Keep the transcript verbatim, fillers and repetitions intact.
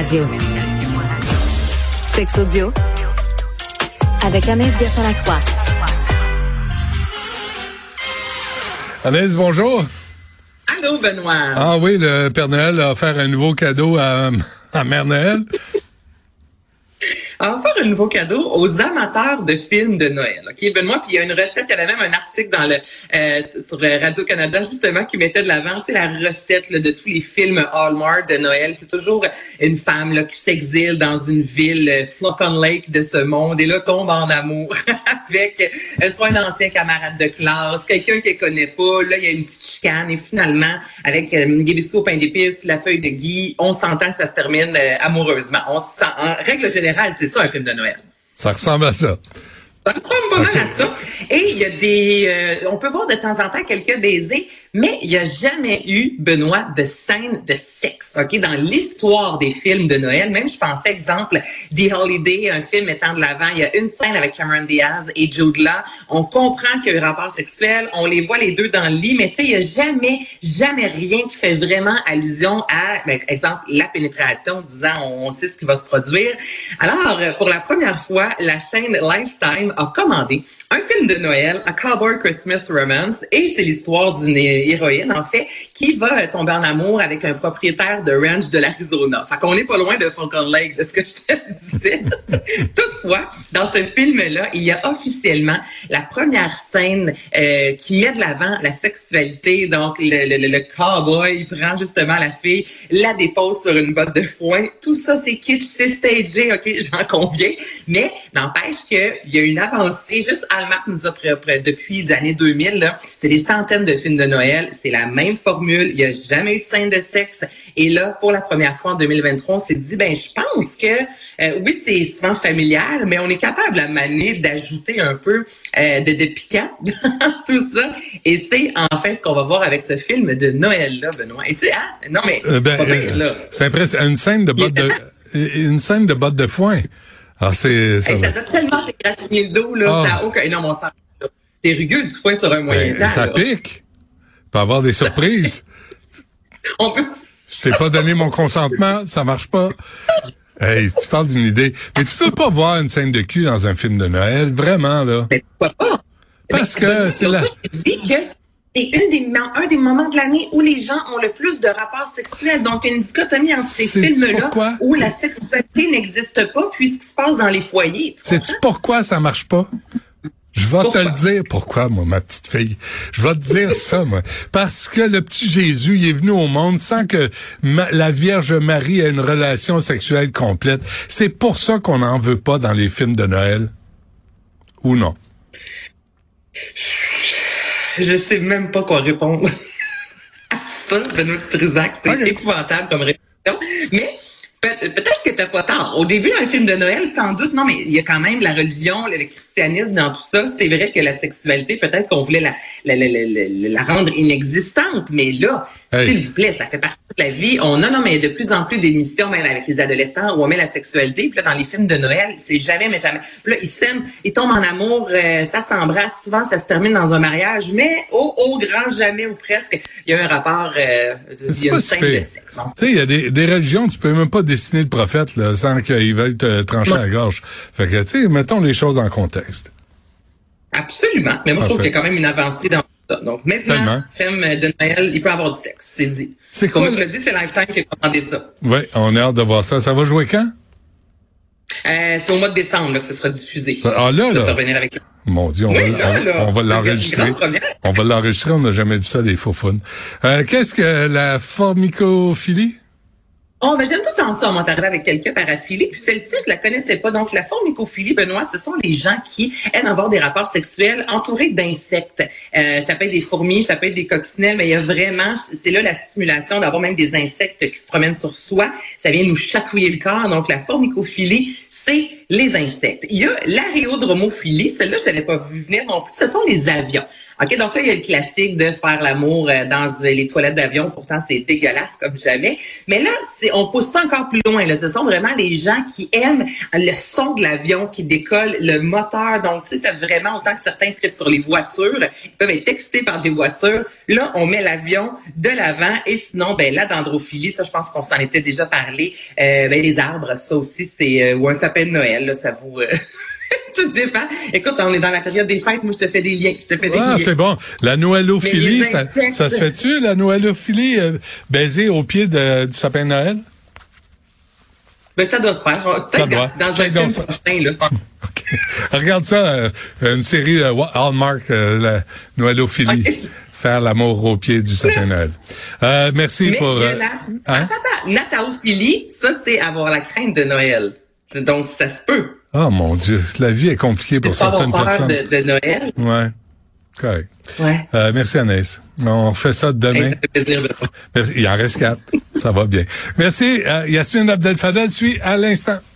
Radio. Sexe audio avec Anaïs Gertin-Lacroix. Anaïs, bonjour. Allô, Benoît. Ah oui, le Père Noël a offert un nouveau cadeau à, à Mère Noël. On va faire un nouveau cadeau aux amateurs de films de Noël. OK, Benoît, puis il y a une recette, il y avait même un article dans le euh, sur Radio-Canada, justement, qui mettait de l'avant, tu sais, la recette là, de tous les films Hallmark de Noël. C'est toujours une femme là qui s'exile dans une ville, euh, Flock on Lake de ce monde, et là, tombe en amour avec euh, soit un ancien camarade de classe, quelqu'un qu'elle connaît pas. Là, il y a une petite chicane, et finalement, avec euh, des biscuits au pain d'épices, la feuille de gui, on s'entend que ça se termine euh, amoureusement. On se sent, en règle générale, c'est ça un film de Noël. Ça ressemble à ça. Ça ressemble pas okay. mal à ça. Et il y a des... Euh, on peut voir de temps en temps quelques baisers, mais il n'y a jamais eu, Benoît, de scène de sexe. Ok, dans l'histoire des films de Noël, même je pensais, exemple, The Holiday, un film étant de l'avant, il y a une scène avec Cameron Diaz et Jude Law. On comprend qu'il y a eu un rapport sexuel, on les voit les deux dans le lit, mais tu sais, il n'y a jamais, jamais rien qui fait vraiment allusion à, ben, exemple, la pénétration, disant on, on sait ce qui va se produire. Alors, pour la première fois, la chaîne Lifetime a commandé un film de Noël, A Cowboy Christmas Romance, et c'est l'histoire d'une héroïne, en fait, qui va tomber en amour avec un propriétaire de ranch de l'Arizona. Fait qu'on n'est pas loin de Flock on Lake, de ce que je te disais. Toutefois, dans ce film-là, il y a officiellement la première scène euh, qui met de l'avant la sexualité. Donc, le, le, le cowboy, il prend justement la fille, la dépose sur une botte de foin. Tout ça, c'est kitsch, c'est stagé, OK, j'en conviens. Mais n'empêche qu'il y a une avancée. Juste Hallmark nous a pré- pré- depuis les années deux mille, là, c'est des centaines de films de Noël. C'est la même formule. Il n'y a jamais eu de scène de sexe. Et là, pour la première fois en deux mille vingt-trois, on s'est dit, ben, je pense que, euh, oui, c'est souvent familial, mais on est capable à manier d'ajouter un peu euh, de, de piquant dans tout ça. Et c'est enfin ce qu'on va voir avec ce film de Noël-là, Benoît. Et tu sais, hein? Non, mais, euh, ben, pas bien, là. C'est impressionnant. Une scène de botte de, une scène de botte de foin. Ah, c'est, ça, hey, ça doit tellement s'égratigner le dos, là. Oh. Ça a aucun, non, mon sang, c'est rugueux du foin sur un moyen ben, temps. Ça là. pique. Il peut avoir des surprises. On peut... Je t'ai pas donné mon consentement, ça marche pas. Hey, tu parles d'une idée. Mais tu peux pas voir une scène de cul dans un film de Noël, vraiment, là. Mais pourquoi pas? Parce mais, que mais, c'est la... Je te dis que c'est une des, un des moments de l'année où les gens ont le plus de rapports sexuels. Donc, il y a une dichotomie entre ces films-là où la sexualité n'existe pas puisqu'il se passe dans les foyers. Sais-tu pourquoi ça marche pas? Je vais pourquoi? te le dire pourquoi, moi, ma petite fille. Je vais te dire ça, moi. Parce que le petit Jésus, il est venu au monde sans que ma, la Vierge Marie ait une relation sexuelle complète. C'est pour ça qu'on n'en veut pas dans les films de Noël. Ou non? Je sais même pas quoi répondre à ça, Benoît Trisac. C'est okay. épouvantable comme réponse. Mais Pe- peut-être que t'as pas tort. Au début, dans le film de Noël, sans doute, non, mais il y a quand même la religion, le, le christianisme dans tout ça. C'est vrai que la sexualité, peut-être qu'on voulait la, la, la, la, la rendre inexistante, mais là, hey. s'il vous plaît, ça fait partie de la vie. On a, non, mais de plus en plus d'émissions, même avec les adolescents, où on met la sexualité. Puis là, dans les films de Noël, c'est jamais, mais jamais. Puis là, ils s'aiment, ils tombent en amour, euh, ça s'embrasse. Souvent, ça se termine dans un mariage, mais au, au grand jamais ou presque, il y a un rapport, euh, il y a une scène de sexe. Tu sais, il y a des, des religions, tu peux même pas dessiner le prophète là, sans qu'ils veuillent te trancher non. à la gorge. Fait que, tu sais, mettons les choses en contexte. Absolument. Mais moi, Parfait. je trouve qu'il y a quand même une avancée dans ça. Donc, maintenant, film de Noël, il peut avoir du sexe, c'est dit. C'est Comme quoi? je le dis, c'est Lifetime qui a commandé ça. Oui, on a hâte de voir ça. Ça va jouer quand? Euh, c'est au mois de décembre là, que ce sera diffusé. Ah là, là. Revenir avec... Mon Dieu, on, oui, va, là, là, on, on va l'enregistrer. On va l'enregistrer, on n'a jamais vu ça, des faux fun. Euh, qu'est-ce que la formicophilie? Oh, ben, j'aime tout en ça. On m'est arrivé avec quelques paraphilies. Puis celle-ci, je la connaissais pas. Donc, la formicophilie, Benoît, ce sont les gens qui aiment avoir des rapports sexuels entourés d'insectes. Euh, ça peut être des fourmis, ça peut être des coccinelles, mais il y a vraiment, c'est là la stimulation d'avoir même des insectes qui se promènent sur soi. Ça vient nous chatouiller le corps. Donc, la formicophilie, c'est les insectes. Il y a l'aréodromophilie, celle-là, je l'avais pas vu venir non plus, ce sont les avions. OK, donc là, il y a le classique de faire l'amour dans les toilettes d'avion, pourtant c'est dégueulasse comme jamais. Mais là, c'est, on pousse ça encore plus loin. Là. Ce sont vraiment les gens qui aiment le son de l'avion qui décolle, le moteur. Donc, tu sais, t'as vraiment, autant que certains trippent sur les voitures, ils peuvent être excités par des voitures. Là, on met l'avion de l'avant. Et sinon, ben la dendrophilie, ça, je pense qu'on s'en était déjà parlé. Euh, ben les arbres, ça aussi, c'est... Euh, ou un sapin de Noël, là, ça vous... Euh... Tout dépend. Écoute, on est dans la période des fêtes. Moi, je te fais des liens. Je te fais des ah, liens. c'est bon. La noëlophilie, ça, ça se fait-tu, la noëlophilie, euh, baiser au pied de, du sapin de Noël? Ben, ça doit se faire. Peut-être dans, dans un film prochain, là. OK. Regarde ça, euh, une série euh, Hallmark, euh, la noëlophilie. Okay. Faire l'amour au pied du sapin de Noël. Euh, merci Mais pour... Euh, la... hein? Attends, attends. Nataophilie, ça, c'est avoir la crainte de Noël. Donc, ça se peut. Oh mon Dieu, la vie est compliquée pour certaines personnes. De, de Noël. Ouais, correct. Ouais. Euh, merci Anaïs. On refait ça demain. Hey, ça fait plaisir, merci. Il en reste quatre. Ça va bien. Merci. Euh, Yasmine Abdel Fadel suit à l'instant.